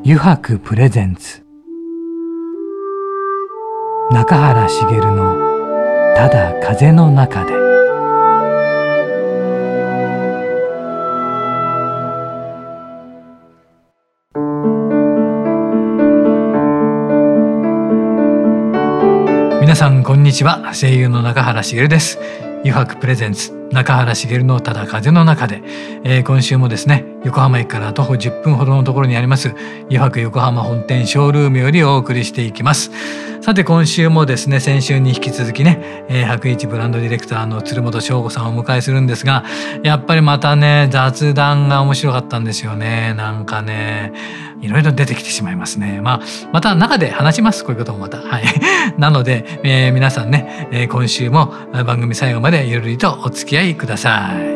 油白プレゼンツ中原茂のただ風の中で。皆さんこんにちは。声優の中原茂です。油白プレゼンツ中原茂のただ風の中で、今週もですね、横浜駅から徒歩10分ほどのところにあります油白横浜本店ショールームよりお送りしていきます。さて今週もですね、先週に引き続きね、白一ブランドディレクターの鶴本翔吾さんをお迎えするんですが、やっぱりまたね、雑談が面白かったんですよね。なんかね、いろいろ出てきてしまいますね。また中で話します。こういうこともまた。はい。なので、皆さんね、今週も番組最後までゆるりとお付き合いください。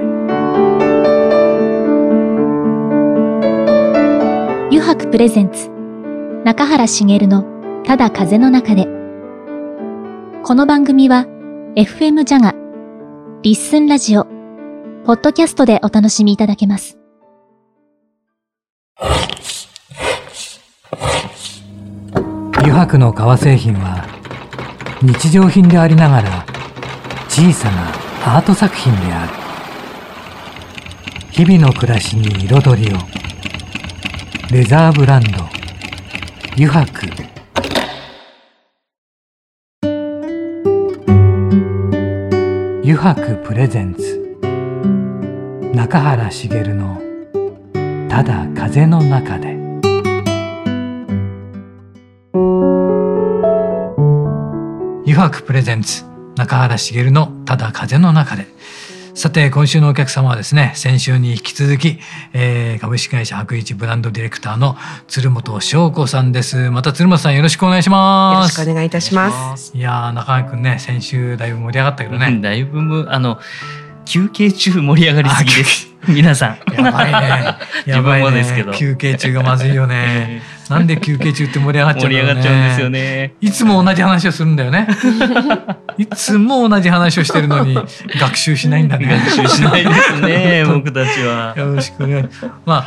油白プレゼンツ中原茂のただ風の中で。この番組は FM ジャガ、リッスンラジオ、ポッドキャストでお楽しみいただけます。 油白の革製品は日常品でありながら小さなアート作品である。日々の暮らしに彩りを。レザーブランド油白。油白プレゼンツ中原茂のただ風の中で。油白プレゼンツ中原茂のただ風の中で。さて今週のお客様はですね、先週に引き続き、株式会社白一ブランドディレクターの鶴本翔子さんです。また鶴本さんよろしくお願いします。 よろしくお願いいたします。 いやー、中原くんね、先週だいぶ盛り上がったけどね。 だいぶ休憩中盛り上がりすぎです。皆さんやばいね。 自分もですけど、 休憩中がまずいよね。なんで休憩中って盛り上がっちゃうんだろうね。 盛り上がっちゃうんですよね。 いつも同じ話をするんだよね。いつも同じ話をしてるのに学習しないんだね。 学習しないですね。僕たちは。 よろしくお願いします。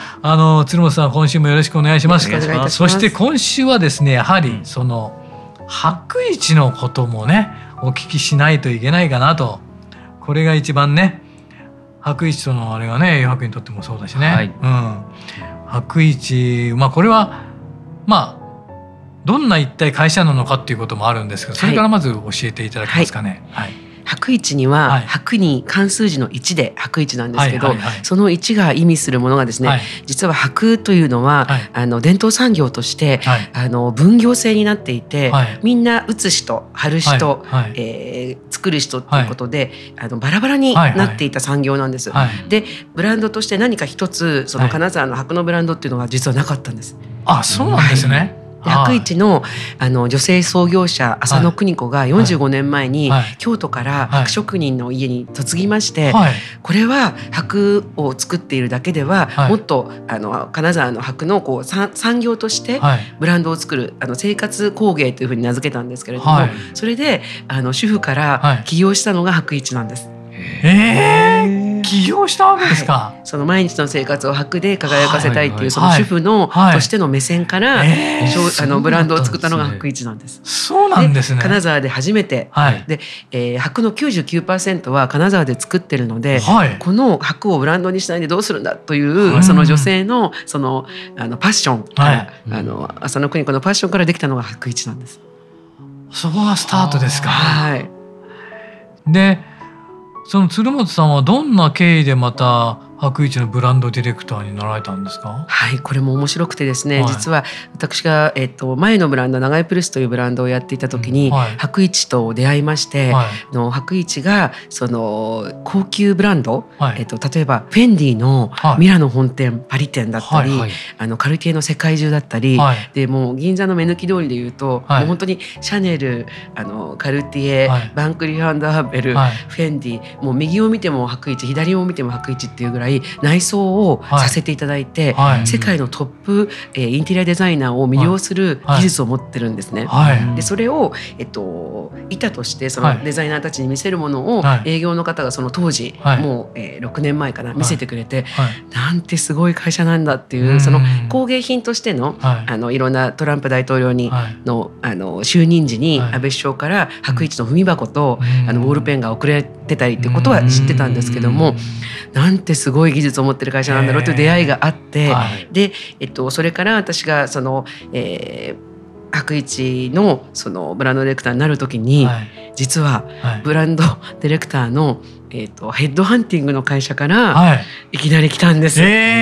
鶴本さん今週もよろしくお願いします。そして今週はですね、やはりその白一のこともね、お聞きしないといけないかなと。これが一番ね、白一とのあれがね、油白にとってもそうだしね。はい、白一、これはどんな一体会社なのかっていうこともあるんですけど、それからまず教えていただけますかね。はい。 白一には、白に漢数字の1で白一なんですけど、その1が意味するものがですね、実は白というのは、伝統産業として、分業制になっていて、みんな打つ人、貼る人、作る人ということで、バラバラになっていた産業なんです。でブランドとして何か一つその金沢の白のブランドっていうのは実はなかったんです。 あ、そうなんですね。 白一の女性創業者浅野邦子が45年前に京都から白職人の家に嫁ぎまして、これは白を作っているだけではもっと金沢の白のこう産業としてブランドを作る生活工芸というふうに名付けたんですけれども、それで主婦から起業したのが白一なんです。 起業したわけですか。 その毎日の生活を白で輝かせたいっていうその主婦のとしての目線からブランドを作ったのが白一なんです。 そうなんですね。 金沢で初めてで、白の 99% は金沢で作ってるので、この白をブランドにしないでどうするんだというその女性のそのパッションから浅野邦子のパッションからできたのが白一なんです。 そこがスタートですか。でその鶴本さんはどんな経緯でまた白一のブランドディレクターになられたんですか？ はい、これも面白くてですね、実は私が、前のブランド長井プルスというブランドをやっていた時に、白一と出会いまして、白一がその高級ブランド、例えばフェンディのミラノ本店、パリ店だったり、カルティエの世界中だったり、でもう銀座の目抜き通りでいうと、もう本当にシャネル、カルティエ、バンクリー・アンダーベル、フェンディ、もう右を見ても白一、左を見ても白一っていうぐらいり内装をさせていただいて、世界のトップ、インテリアデザイナーを魅了する技術を持ってるんですね。でそれを、板としてそのデザイナーたちに見せるものを、営業の方がその当時、もう、6年前かな見せてくれて、なんてすごい会社なんだっていう、その工芸品としての、いろんなトランプ大統領の就任時に安倍首相から白一の踏み箱とボールペンが送られてたりっていうことは知ってたんですけども、なんてすごい技術を持ってる会社なんだろうという出会いがあって、で、それから私がその、白一のそのブランドディレクターになる時に、実はブランドディレクターの、ヘッドハンティングの会社からいきなり来たんです。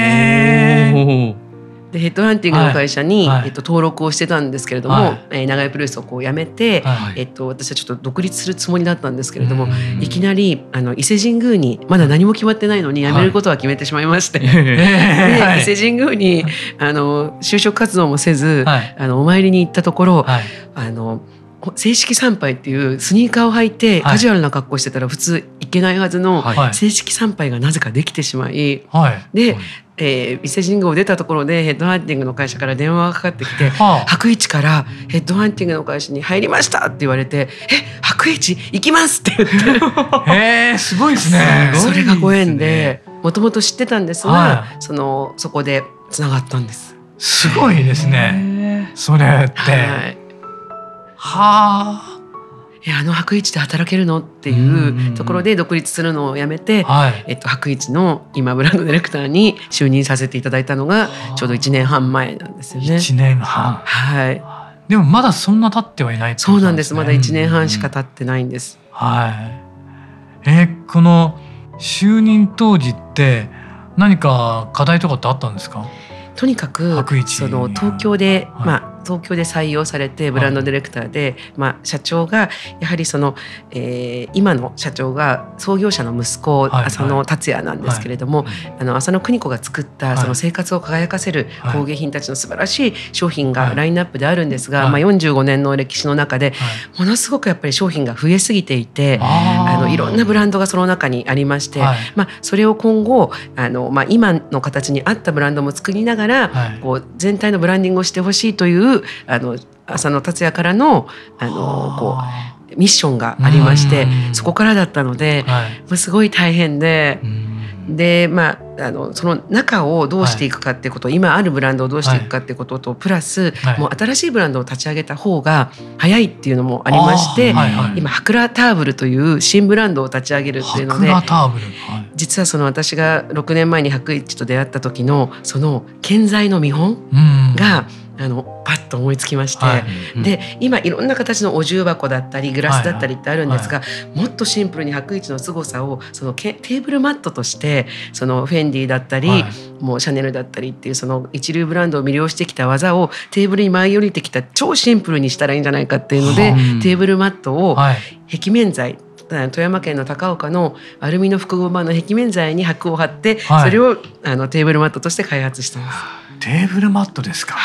でヘッドハンティングの会社に、登録をしてたんですけれども、長井プロレスをこう辞めて、私はちょっと独立するつもりだったんですけれども、いきなり伊勢神宮にまだ何も決まってないのに辞めることは決めてしまいまして、で伊勢神宮に就職活動もせず、お参りに行ったところ、正式参拝っていうスニーカーを履いてカジュアルな格好してたら普通行けないはずの正式参拝がなぜかできてしまい、で伊勢神宮を出たところでヘッドハンティングの会社から電話がかかってきて、白一からヘッドハンティングの会社に入りましたって言われて、白一行きますって言ってすごいですね。 それがご縁で、もともと知ってたんですが、そこでつながったんです。 すごいですね、それって。 白一で働けるのっていうところで独立するのをやめて、白一の今ブランドディレクターに就任させていただいたのがちょうど1年半前なんですよね。 1年半。でもまだそんな経ってはいないってことなんですね。 そうなんです。まだ1年半しか経ってないんです。 この就任当時って何か課題とかってあったんですか？ とにかくその東京で採用されてブランドディレクターで、社長がやはりその、今の社長が創業者の息子、浅野達也なんですけれども、浅野邦子が作ったその生活を輝かせる工芸品たちの素晴らしい商品がラインナップであるんですが、45年の歴史の中でものすごくやっぱり商品が増えすぎていて、いろんなブランドがその中にありまして、それを今後今の形に合ったブランドも作りながら、こう全体のブランディングをしてほしいという浅野達也からのこうミッションがありまして、そこからだったので、すごい大変で、その中をどうしていくかっていうこと、今あるブランドをどうしていくかっていうこととプラス、もう新しいブランドを立ち上げた方が早いっていうのもありまして、今ハクラターブルという新ブランドを立ち上げるっていうので、実はその私が6年前に白一と出会った時のその建材の見本がパッと思いつきまして、で今いろんな形のお重箱だったりグラスだったりってあるんですが、もっとシンプルに白一の凄さをそのテーブルマットとしてそのフェンディだったり、もうシャネルだったりっていうその一流ブランドを魅了してきた技をテーブルに舞い降りてきた超シンプルにしたらいいんじゃないかっていうので、テーブルマットを壁面材、富山県の高岡のアルミの複合板の壁面材に箔を貼って、それをテーブルマットとして開発したんです。 テーブルマットですか？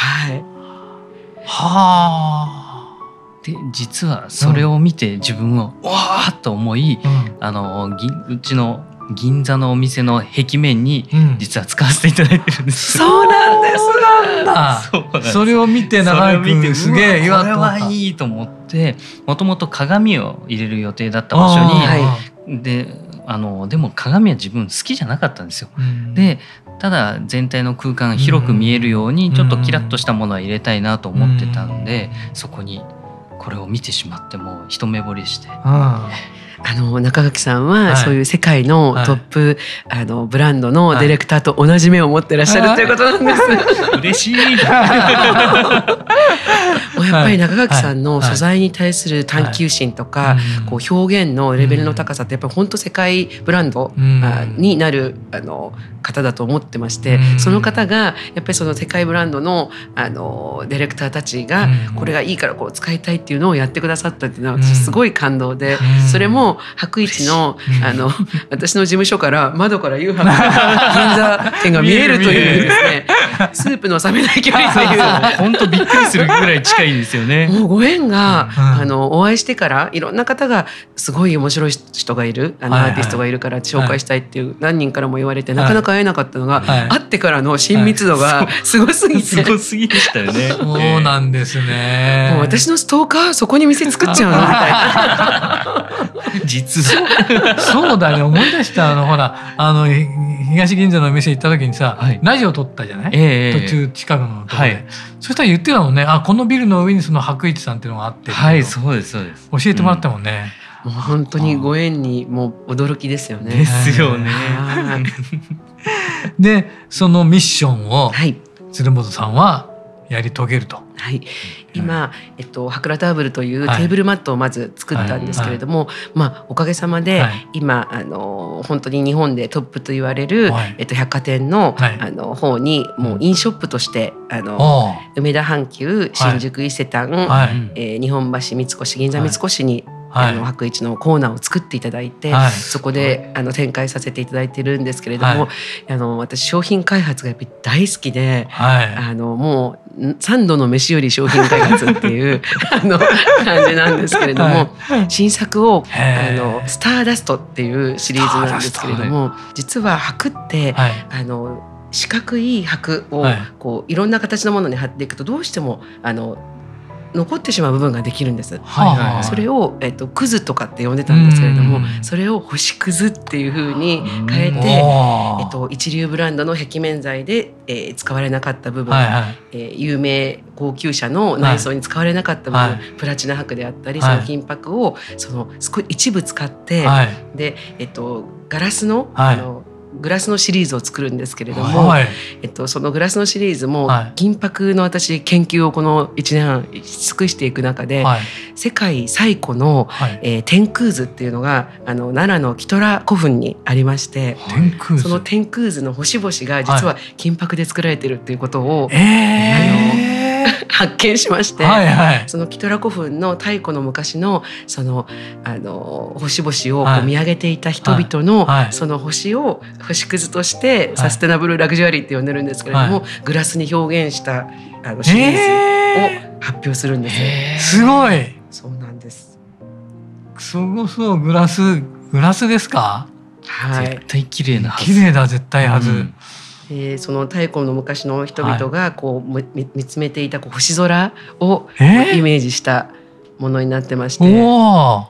で実はそれを見て自分はわーっと思い、うちの銀座のお店の壁面に実は使わせていただいてるんです。 そうなんです。 それを見て長井君すげえこれはいいと思って、もともと鏡を入れる予定だった場所に、でも鏡は自分好きじゃなかったんですよ。でただ全体の空間が広く見えるようにちょっとキラッとしたものは入れたいなと思ってたんで、そこにこれを見てしまってもう一目惚れして。 中垣さんはそういう世界のトップ、ブランドのディレクターと同じ目を持ってらっしゃるということなんです。 嬉しい。 もうやっぱり中垣さんの素材に対する探求心とか、こう表現のレベルの高さってやっぱり本当世界ブランドになる方だと思ってまして、その方がやっぱりその世界ブランドのディレクターたちがこれがいいからこう使いたいっていうのをやってくださったっていうのは私すごい感動で、それも白一の私の事務所から窓から夕飯が銀座店が見えるというですね、スープの冷めない距離という本当びっくりするぐらい近いいですよね。 もうご縁が、お会いしてからいろんな方がすごい面白い人がいるアーティストがいるから紹介したいっていう何人からも言われて、なかなか会えなかったのが、会ってからの親密度がすごすぎて、 すごすぎでしたよね。 そうなんですね。 もう私のストーカーそこに店作っちゃうのみたいな。 実はそうだね、思い出した。ほら東銀座のお店行った時にさ、ラジオ撮ったじゃない、途中近くのところで、そしたら言ってたもんね。このビルの上にその白一さんっていうのがあって、 そうですそうです、 教えてもらったもんね。 もう本当にご縁にもう驚きですよね。 ですよね。 でそのミッションを鶴本さんはやり遂げると。 はい、今、ハクラターブルというテーブルマットをまず作ったんですけれども、おかげさまで、今本当に日本でトップと言われる、百貨店の、方にもうインショップとして梅田阪急、新宿伊勢丹、日本橋三越、銀座三越に白一のコーナーを作っていただいて、そこで展開させていただいているんですけれども、私商品開発がやっぱり大好きで、もう3度の飯より商品開発っていう感じなんですけれども、新作をスターダストっていうシリーズなんですけれども、実は箔って四角い箔をこういろんな形のものに貼っていくとどうしても残ってしまう部分ができるんです。それをクズとかって呼んでたんですけれども、それを星クズっていう風に変えて、一流ブランドの壁面材で使われなかった部分、有名高級車の内装に使われなかった部分、プラチナ箔であったり、その金箔を少し一部使って、でガラスのグラスのシリーズを作るんですけれども、そのグラスのシリーズも銀箔の私研究をこの1年半尽くしていく中で、世界最古の、天空図っていうのが奈良のキトラ古墳にありまして、その天空図の星々が実は金箔で作られてるっていうことを、発見しまして、そのキトラ古墳の太古の昔のその星々をこう見上げていた人々の、その星を星屑としてサステナブルラグジュアリーって呼んでるんですけれども、グラスに表現したシリーズを発表するんです。 すごい。 そうなんです。 すごそう。グラスですか？ 絶対綺麗なはず。 綺麗だ、絶対はず。 その太古の昔の人々がこう見つめていたこう星空をイメージしたものになってまして、 こ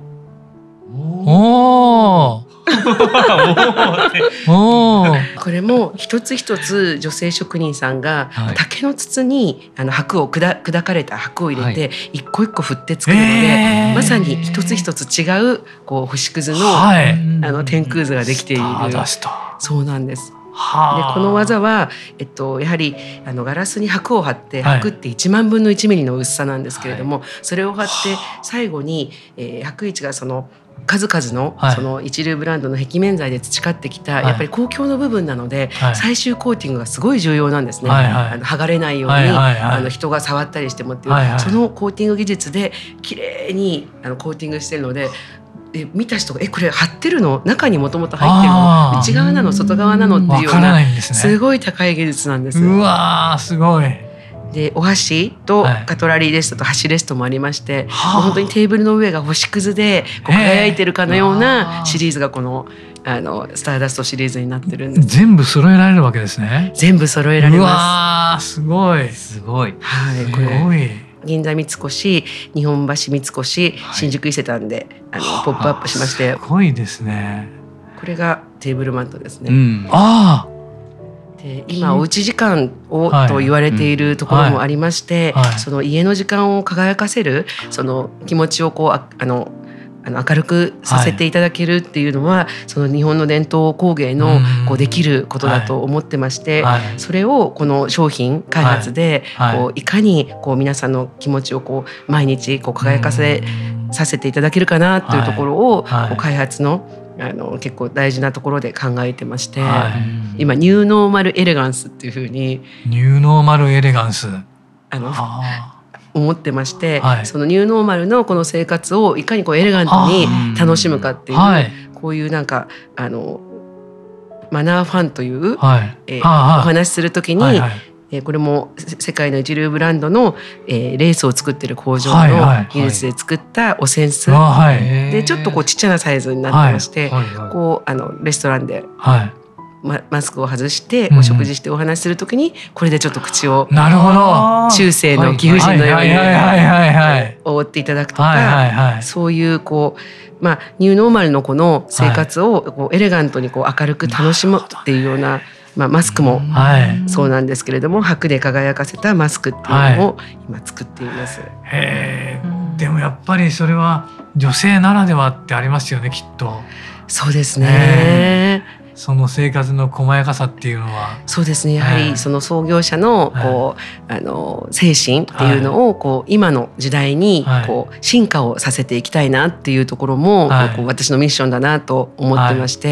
れも一つ一つ女性職人さんが竹の筒に箔を砕かれた箔を入れて一個一個振って作るので、まさに一つ一つ違うこう星屑の天空図ができている。そうなんです。でこの技は、やはりガラスに箔を貼って、箔って1万分の1ミリの薄さなんですけれども、それを貼って最後に、白一がその数々のその一流ブランドの壁面材で培ってきたやっぱり公共の部分なので、最終コーティングがすごい重要なんですね。剥がれないように人が触ったりしてもっていう、そのコーティング技術で綺麗にコーティングしてるので、見た人がこれ貼ってるの？中にもともと入ってるの？内側なの？外側なの？っていうようなすごい高い技術なんです。 うわー、すごい。 でお箸とカトラリーレストと箸レストもありまして、もう本当にテーブルの上が星屑でこう輝いてるかのようなシリーズがこのスターダストシリーズになってるんです。 全部揃えられるわけですね。 全部揃えられます。 うわー、すごい。 すごい。 これ銀座三越、日本橋三越、新宿伊勢丹でポップアップしまして、 すごいですね。 これがテーブルマットですね。で今おうち時間をと言われているところもありまして、その家の時間を輝かせるその気持ちをこう明るくさせていただけるっていうのは、その日本の伝統工芸のこうできることだと思ってまして、それをこの商品開発でこういかにこう皆さんの気持ちをこう毎日こう輝かせさせていただけるかなっていうところをこう開発の結構大事なところで考えてまして、今ニューノーマルエレガンスっていう風にニューノーマルエレガンス思ってまして、そのニューノーマルのこの生活をいかにこうエレガントに楽しむかっていう、こういうなんかマナーファンという、お話しするときに、 これも世界の一流ブランドの、レースを作ってる工場の技術で作ったお扇子、でちょっとこうちっちゃなサイズになってまして、こうレストランで、マスクを外してお食事してお話しするときにこれでちょっと口を中世の貴婦人のように覆っていただくとか、そういうこうニューノーマルのこの生活をこうエレガントにこう明るく楽しむっていうような、マスクもそうなんですけれども、白で輝かせたマスクっていうのを今作っています。 でもやっぱりそれは女性ならではってありますよね、きっと。 そうですね。 その生活の細やかさっていうのは。 そうですね。やはりその創業者のこう、精神っていうのをこう今の時代にこう進化をさせていきたいなっていうところも、こう私のミッションだなと思ってまして。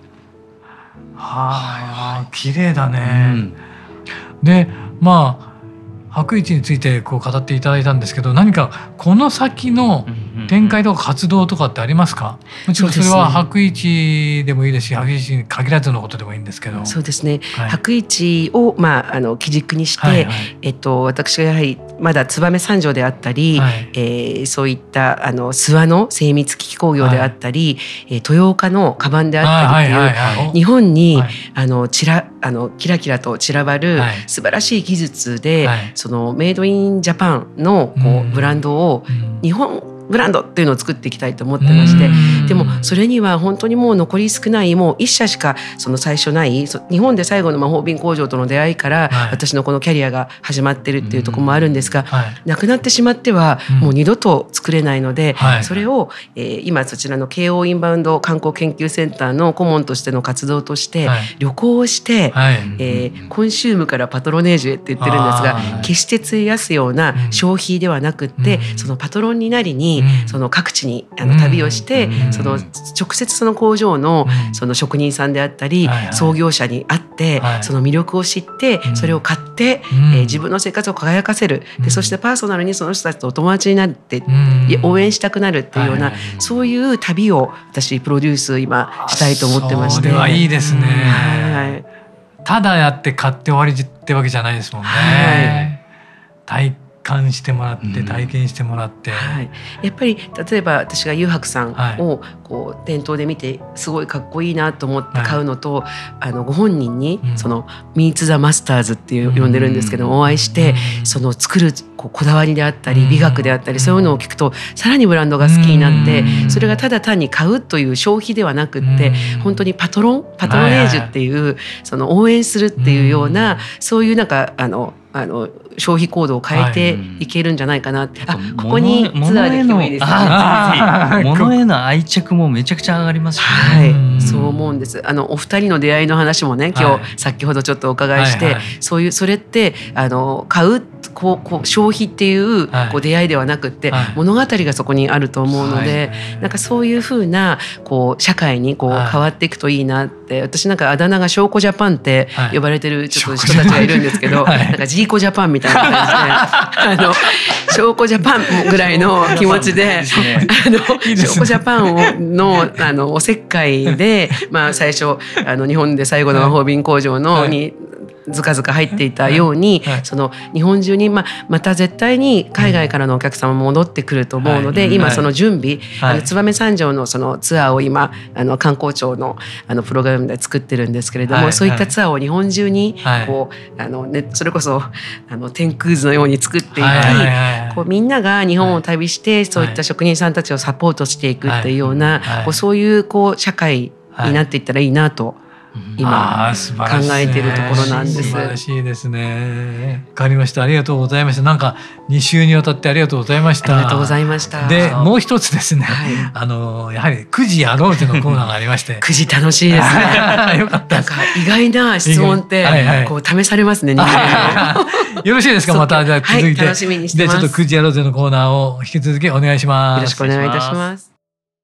綺麗だね。で白市についてこう語っていただいたんですけど、何かこの先の展開とか活動とかってありますか？もちろんそれは白市でもいいですし、白市に限らずのことでもいいんですけど。 そうですね。白市を基軸にして、私がやはりまだ燕三条であったり、そういった諏訪の精密機器工業であったり、豊岡のカバンであったりっていう日本にキラキラと散らばる素晴らしい技術で、そのメイドインジャパンのこうブランドを日本ブランドっていうのを作っていきたいと思ってまして、でもそれには本当にもう残り少ない、もう1社しかその最初ない、日本で最後の魔法瓶工場との出会いから、私のこのキャリアが始まってるっていうところもあるんですが、なくなってしまってはもう二度と作れないので、それを、今そちらの慶応インバウンド観光研究センターの顧問としての活動として、旅行をして、コンシュームからパトロネージュへって言ってるんですが、決して費やすような消費ではなくって、そのパトロンになりにその各地に旅をして、その直接その工場のその職人さんであったり、創業者に会って、その魅力を知って、それを買って、自分の生活を輝かせる。でそしてパーソナルにその人たちとお友達になって、応援したくなるっていうような、そういう旅を私プロデュース今したいと思ってまして。 それはいいですね。ただやって買って終わりってわけじゃないですもんね。体感してもらって体験してもらって、 やっぱり例えば私が優白さんをこう店頭で見てすごいかっこいいなと思って買うのと、ご本人にそのミーツ・ザ・マスターズっていう呼んでるんですけども、お会いしてその作るこだわりであったり美学であったり、そういうのを聞くとさらにブランドが好きになって、それがただ単に買うという消費ではなくって、本当にパトロネージュっていうその応援するっていうような、そういうなんか消費行動を変えていけるんじゃないかなって。ここにツアーで来てもいいですか？ 物への愛着もめちゃくちゃ上がりますね。そう思うんです。お二人の出会いの話もね、今日先ほどちょっとお伺いして、それって買う消費っていう出会いではなくって、物語がそこにあると思うので、なんかそういう風な社会に変わっていくといいなって。私なんかあだ名が証拠ジャパンって呼ばれてるちょっと人たちがいるんですけど、なんかジーコジャパンみたいな感じで証拠ジャパンぐらいの気持ちで証拠ジャパンのおせっかいで、最初日本で最後の魔法瓶工場のにずかずか入っていたように、その日本中にまた絶対に海外からのお客様も戻ってくると思うので、今その準備、燕三条のそのツアーを今観光庁のプログラムで作ってるんですけれども、そういったツアーを日本中にそれこそ天空図のように作っていき、みんなが日本を旅してそういった職人さんたちをサポートしていくっていうような、そういう社会になっていったらいいなと今考えているところなんです。 素晴らしいですね。わかりました。ありがとうございました。なんか2週にわたってありがとうございました。 ありがとうございました。 でもう一つですね、やはり9時やろうぜのコーナーがありまして 9時楽しいですね。 よかった。 なんか意外な質問って試されますね。 よろしいですか？またじゃあ続いて、 楽しみにしてます。 でちょっと9時やろうぜのコーナーを引き続きお願いします。 よろしくお願いいたします。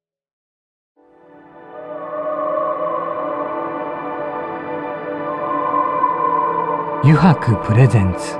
油白プレゼンツ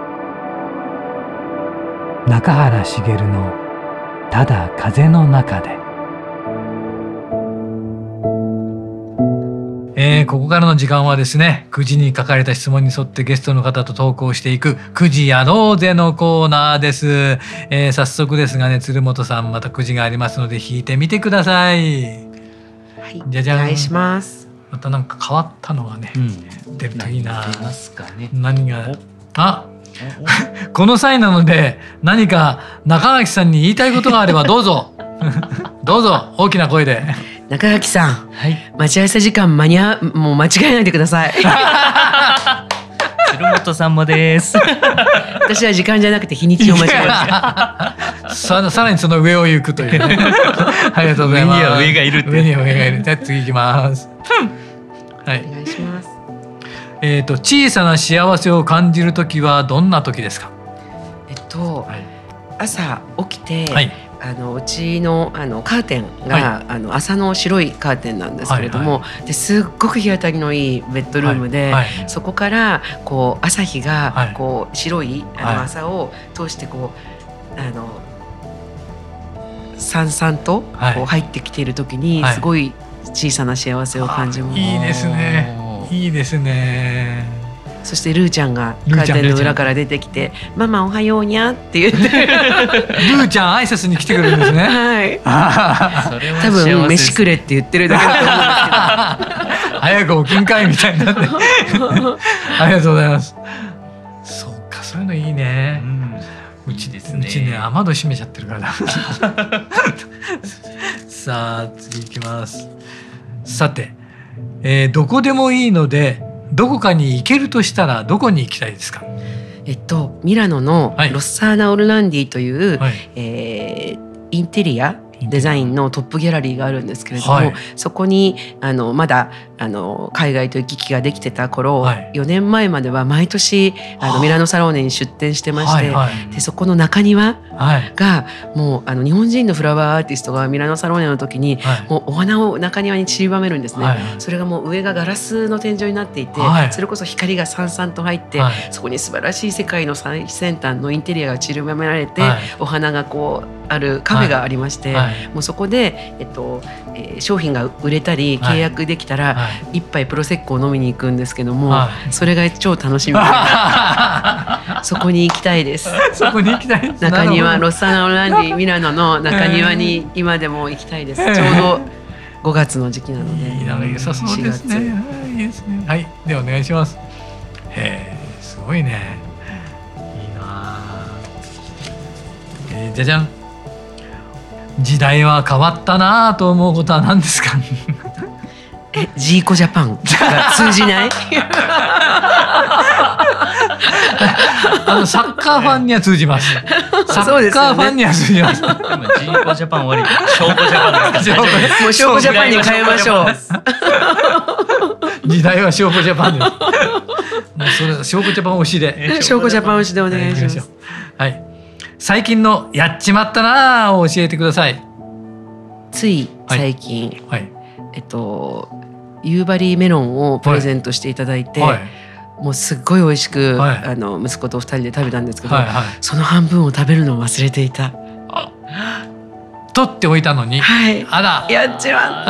中原茂のただ風の中で、 ここからの時間はですね、くじに書かれた質問に沿ってゲストの方と投稿していくくじやろうぜのコーナーです。早速ですがね、鶴本さんまたくじがありますので引いてみてください。 はい、 じゃじゃん。 お願いします。 またなんか変わったのがね、出るといいな。 出ますかね。 何がこの際なので何か中垣さんに言いたいことがあればどうぞどうぞ大きな声で。 中垣さん、 はい、 待ち合わせ時間もう間違えないでください。 鶴本さんもです。 私は時間じゃなくて日にちを間違えました。 さらにその上を行くというね。ありがとうございます。 上には上がいるって。 上には上がいる。じゃあ次行きます。はい。 お願いします。 小さな幸せを感じるときはどんな時ですか？ はい、朝起きて、 はい、 うちのカーテンが、はい、朝の白いカーテンなんですけれども、はいはい、ですっごく日当たりのいいベッドルームで、はいはい、そこからこう朝日がこう白い朝を通してこうさんさんとこう入ってきている時にすごい小さな幸せを感じます。 いいですね。いいですね。 そしてルーちゃんがカーテンの裏から出てきて「ママおはようにゃ」って言ってルーちゃん挨拶に来てくれるんですね。 はい。多分飯くれって言ってるだけだと思うんですけど早く起きんかいみたいになってありがとうございます。そうか、そういうのいいね。 うちですね。 うちね、雨戸閉めちゃってるからだ。さあ次いきます。さて、どこでもいいのでどこかに行けるとしたらどこに行きたいですか？ ミラノのロッサーナ・オルランディという、 はい、 インテリアデザインのトップギャラリーがあるんですけれども、はい、そこにまだ海外と行き来ができてた頃、はい、4年前までは毎年ミラノサローネに出店してまして、はいはい、でそこの中庭が、もう日本人のフラワーアーティストがミラノサローネの時に、はい、もうお花を中庭に散りばめるんですね、はい、それがもう上がガラスの天井になっていて、はい、それこそ光がさんさんと入って、はい、そこに素晴らしい世界の最先端のインテリアが散りばめられて、はい、お花がこうあるカフェがありまして、はい、もうそこで、商品が売れたり契約できたら、はい、一杯プロセッコを飲みに行くんですけども、はい、それが超楽しみでそこに行きたいです。 そこに行きたいです。 中庭ロッサーナ・オルランディミラノの中庭に今でも行きたいです。ちょうど5月の時期なので。 良さそうですね。いいですね。はい、ではお願いします。すごいね。いいな。じゃじゃん。時代は変わったなと思うことは何ですか？ ジーコジャパンが通じない？ サッカーファンには通じます。サッカーファンには通じます。 でもジーコジャパン終わり。ショーコジャパンですか？ もうショーコジャパンに変えましょう。時代はショーコジャパンです。もうそれショーコジャパン推しで。 ショーコジャパン推しでお願いします。 はい。最近のやっちまったなを教えてください。 つい最近、 はい、 夕張メロンをプレゼントしていただいて、はい、もうすっごい美味しく、はい、息子と2人で食べたんですけど、はいはい、その半分を食べるのを忘れていた。 取っておいたのに、 はい、 あらやっちまった。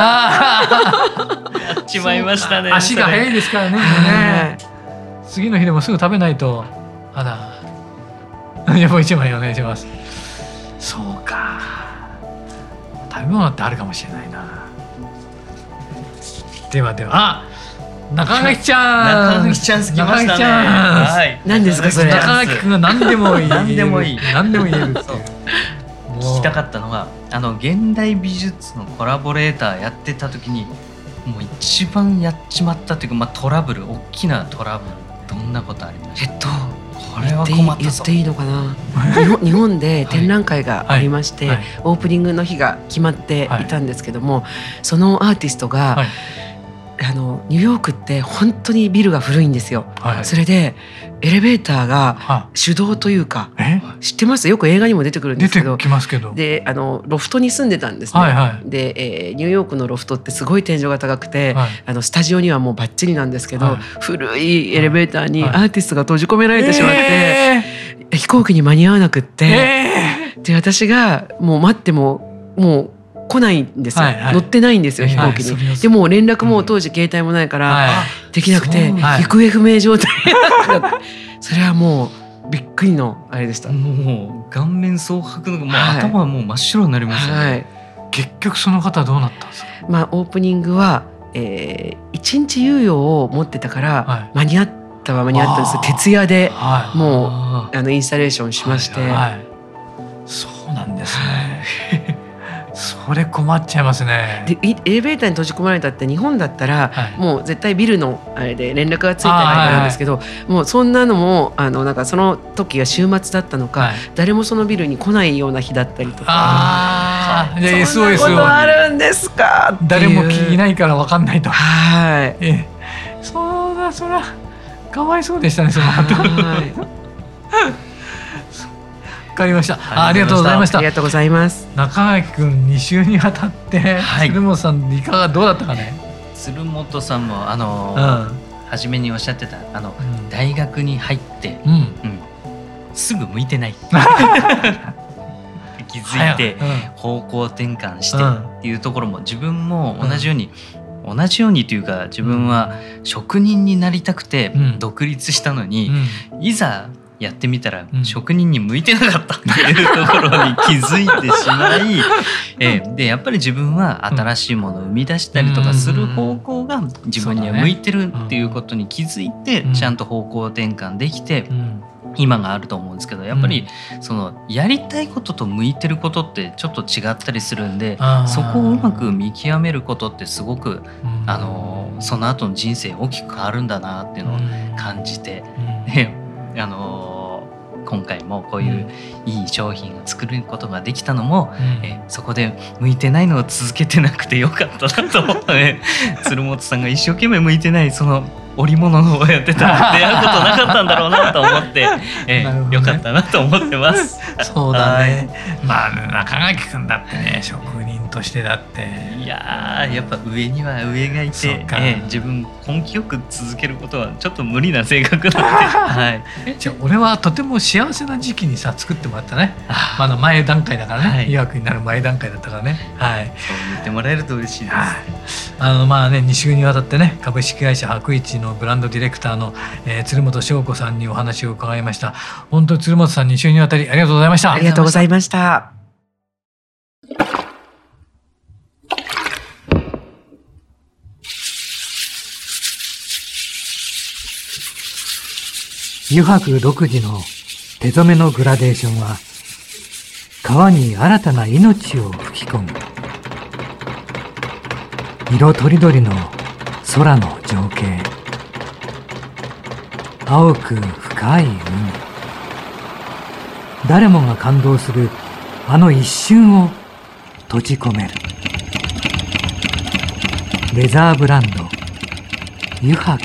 やっちまいましたね。 足が早いですからね。ね、次の日でもすぐ食べないと。あらやっぱ1枚お願いします。そうか、食べ物ってあるかもしれないな。ではでは、中垣ちゃん、 中垣ちゃん好きましたね。はい、 何ですかそれ？ 中垣くんが何でもいい、 何でもいい、 何でも言えるっていう。 聞きたかったのが現代美術のコラボレーターやってた時にもう一番やっちまったというか、トラブル、大きなトラブルどんなことありました？これは困ったぞ。 言っていいのかな。日本で展覧会がありまして、はいはい、オープニングの日が決まっていたんですけども、はい、そのアーティストが、はい、ニューヨークって本当にビルが古いんですよ、はい、それでエレベーターが手動というか、知ってます？よく映画にも出てくるんですけど、 出てきますけど、 でロフトに住んでたんですね、はいはい、で、ニューヨークのロフトってすごい天井が高くて、はい、スタジオにはもうバッチリなんですけど、はい、古いエレベーターにアーティストが閉じ込められてしまって、飛行機に間に合わなくって、で私がもう待ってももう来ないんですよ、乗ってないんですよ、飛行機に。でも連絡も当時携帯もないからできなくて、行方不明状態それはもうびっくりのあれでした。 もう顔面蒼白の、頭はもう真っ白になりますよね。 結局その方はどうなったんですか？ オープニングは、1日猶予を持ってたから、間に合ったは間に合ったんですよ。徹夜でもうインスタレーションしまして、 そうなんですねそれ困っちゃいますね。 でエレベーターに閉じ込まれたって日本だったら、もう絶対ビルのあれで連絡がついたりとかなんですけど、もうそんなのもなんかその時が週末だったのか、誰もそのビルに来ないような日だったりとか、そんなことあるんですかっていう、 誰もいないから分かんないと。そらかわいそうでしたね、その後わかりました。ありがとうございました。 ありがとうございます。 中垣くん2週にわたって鶴本さんいかがどうだったかね。 鶴本さんも初めにおっしゃってた大学に入って、すぐ向いてない気づいて方向転換してっていうところも自分も同じようにというか、自分は職人になりたくて独立したのに、いざやってみたら職人に向いてなかったっていうところに気づいてしまい、でやっぱり自分は新しいものを生み出したりとかする方向が自分には向いてるっていうことに気づいて、ちゃんと方向転換できて今があると思うんですけど、やっぱりそのやりたいことと向いてることってちょっと違ったりするんで、そこをうまく見極めることってすごくその後の人生大きく変わるんだなっていうのを感じて、今回もこういういい商品を作ることができたのも、そこで向いてないのを続けてなくてよかったなと思って、鶴本さんが一生懸命向いてないその織物をやってたら出会うことなかったんだろうなと思って、よかったなと思ってます。 そうだね。中垣くんだってね、職人としてだってやっぱ上には上がいて、自分根気よく続けることはちょっと無理な性格なんで、 じゃあ俺はとても幸せな時期にさ作ってもらったね。まだ前段階だからね、医学になる前段階だったからね。 そう言ってもらえると嬉しいです。 2週にわたってね、株式会社白一のブランドディレクターの、鶴本翔子さんにお話を伺いました。本当に鶴本さん2週にわたりありがとうございました。 ありがとうございました。 油白独自の手染めのグラデーションは川に新たな命を吹き込む。色とりどりの空の情景、青く深い海、誰もが感動するあの一瞬を閉じ込める。レザーブランド油白。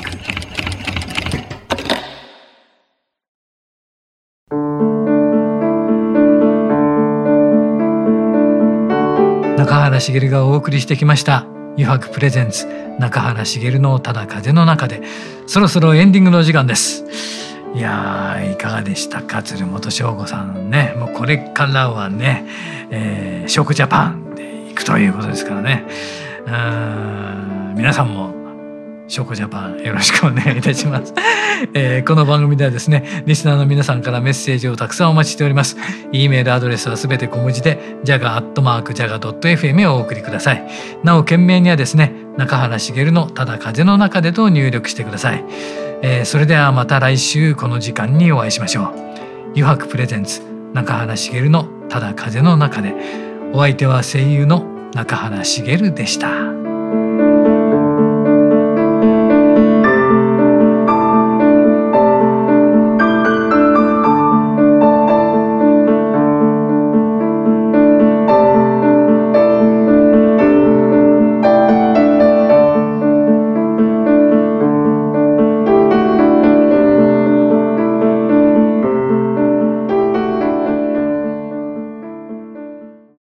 中原茂がお送りしてきました油白プレゼンツ中原茂のただ風の中で、そろそろエンディングの時間です。いやー、いかがでしたか、鶴本翔子さんね。もうこれからはね、ショークジャパンで行くということですからね。皆さんもショークジャパンよろしくお願いいたします。この番組ではですね、リスナーの皆さんからメッセージをたくさんお待ちしております。E メールアドレスはすべて小文字で jaga@jaga.fm をお送りください。なお件名にはですね、中原茂のただ風の中でと入力してください。それではまた来週この時間にお会いしましょう。油白プレゼンツ中原茂のただ風の中で、お相手は声優の中原茂でした。